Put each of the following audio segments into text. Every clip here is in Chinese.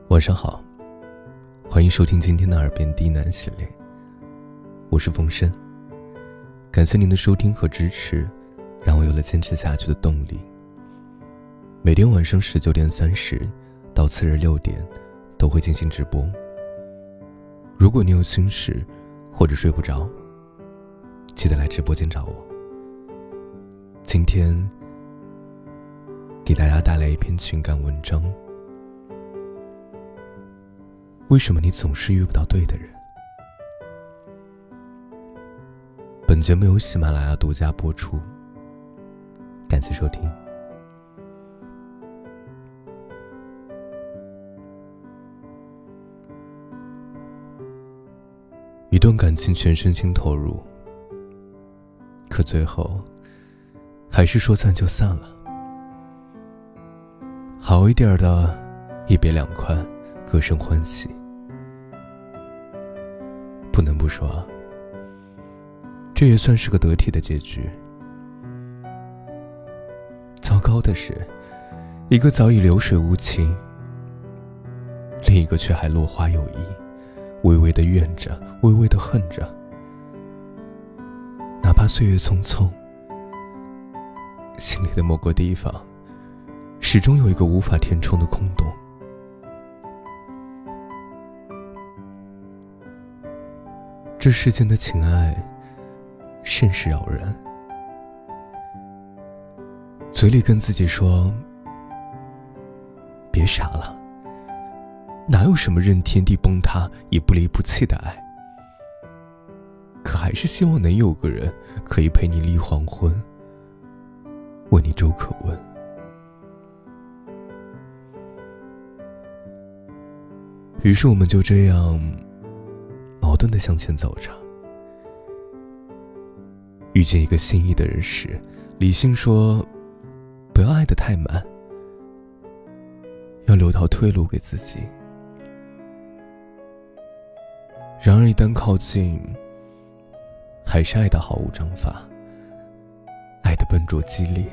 晚上好，欢迎收听今天的耳边低喃系列，我是冯生。感谢您的收听和支持，让我有了坚持下去的动力。每天晚上19点30到次日6点都会进行直播。如果你有心事或者睡不着，记得来直播间找我。今天给大家带来一篇情感文章。为什么你总是遇不到对的人？本节目由喜马拉雅独家播出，感谢收听。一段感情全身心投入，可最后还是说散就散了。好一点的一别两宽，各生欢喜。不能不说，这也算是个得体的结局。糟糕的是，一个早已流水无情，另一个却还落花有意，微微的怨着，微微的恨着。哪怕岁月匆匆，心里的某个地方始终有一个无法填充的空洞。这世间的情爱甚是扰人，嘴里跟自己说别傻了，哪有什么任天地崩塌也不离不弃的爱，可还是希望能有个人可以陪你立黄昏，为你粥可温。于是我们就这样矛盾地向前走着。遇见一个心仪的人时，理性说不要爱得太满，要留条退路给自己。然而一旦靠近，还是爱得毫无章法，爱得笨拙激烈。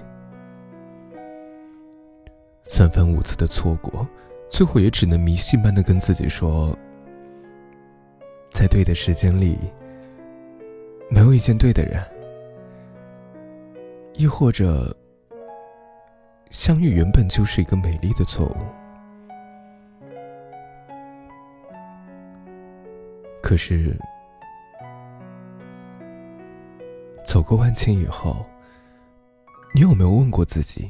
三番五次的错过，最后也只能迷信般的跟自己说，在对的时间里没有遇见对的人，亦或者相遇原本就是一个美丽的错误。可是走过万千以后，你有没有问过自己，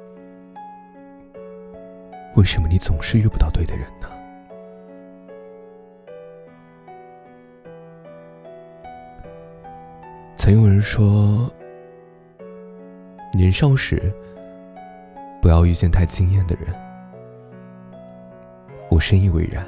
为什么你总是遇不到对的人呢？曾有人说，年少时不要遇见太惊艳的人，我深以为然。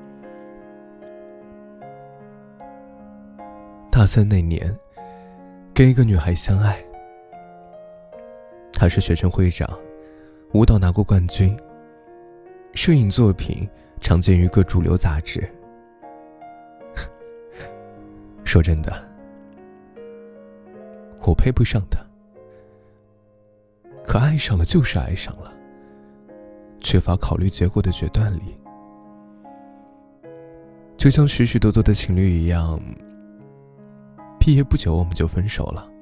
大三那年，跟一个女孩相爱，她是学生会长，舞蹈拿过冠军，摄影作品常见于各主流杂志。说真的，我配不上她，可爱上了就是爱上了，缺乏考虑结果的决断力。就像许许多多的情侣一样，毕业不久我们就分手了。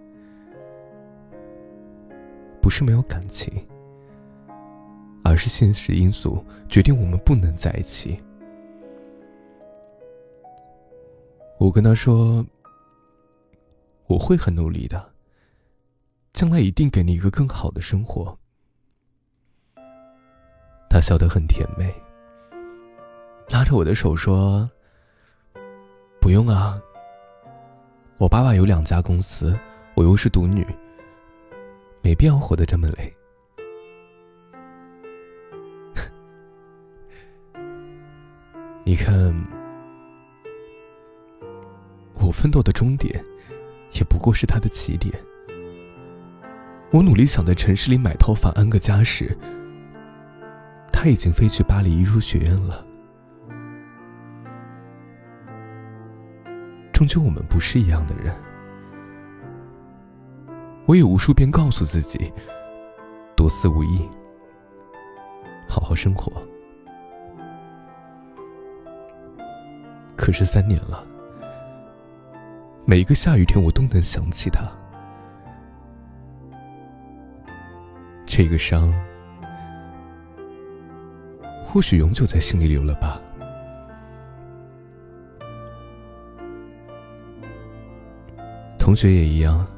不是没有感情，而是现实因素决定我们不能在一起。我跟他说，我会很努力的，将来一定给你一个更好的生活。他笑得很甜美，拉着我的手说，不用啊，我爸爸有2家公司，我又是独女，没必要活得这么累。你看，我奋斗的终点也不过是他的起点。我努力想在城市里买套房安个家时，他已经飞去巴黎艺术学院了。终究我们不是一样的人。我也无数遍告诉自己，多思无益，好好生活。 可是3年了，每一个下雨天我都能想起他。这个伤，或许永久在心里留了吧。同学也一样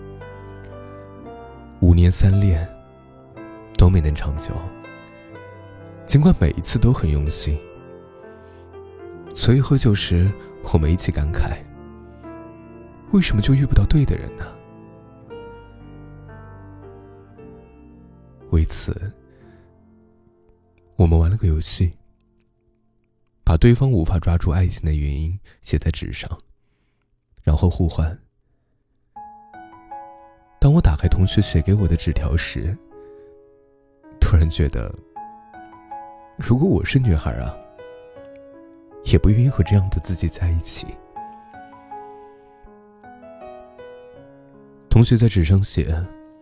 ，5年3恋都没能长久，尽管每一次都很用心。所以喝酒时我们一起感慨，为什么就遇不到对的人呢？为此我们玩了个游戏，把对方无法抓住爱情的原因写在纸上，然后互换。当我打开同学写给我的纸条时，突然觉得，如果我是女孩啊，也不愿意和这样的自己在一起。同学在纸上写：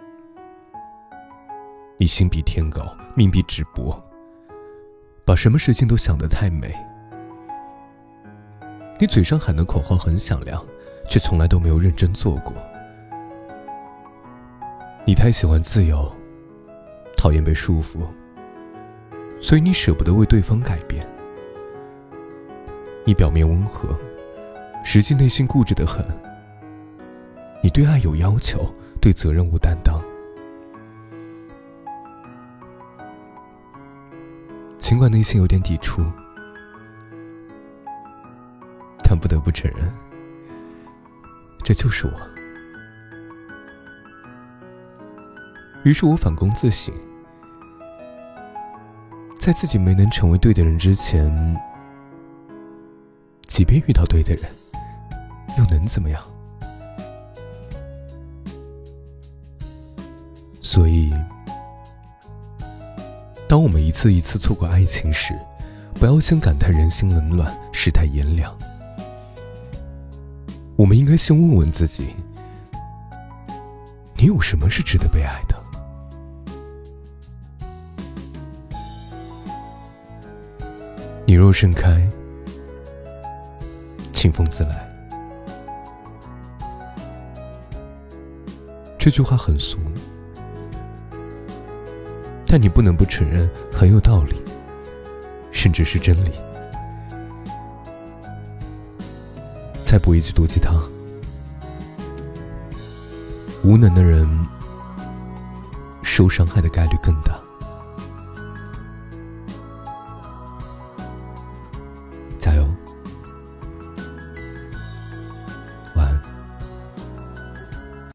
你心比天高，命比纸薄，把什么事情都想得太美。你嘴上喊的口号很响亮，却从来都没有认真做过。你太喜欢自由，讨厌被束缚，所以你舍不得为对方改变。你表面温和，实际内心固执得很。你对爱有要求，对责任无担当。尽管内心有点抵触，但不得不承认，这就是我。于是我反躬自省，在自己没能成为对的人之前，即便遇到对的人，又能怎么样？所以，当我们一次一次错过爱情时，不要先感叹人心冷暖，世态炎凉。我们应该先问问自己，你有什么是值得被爱的？你若盛开，清风自来。这句话很俗，但你不能不承认很有道理，甚至是真理。再补一句毒鸡汤：无能的人受伤害的概率更大。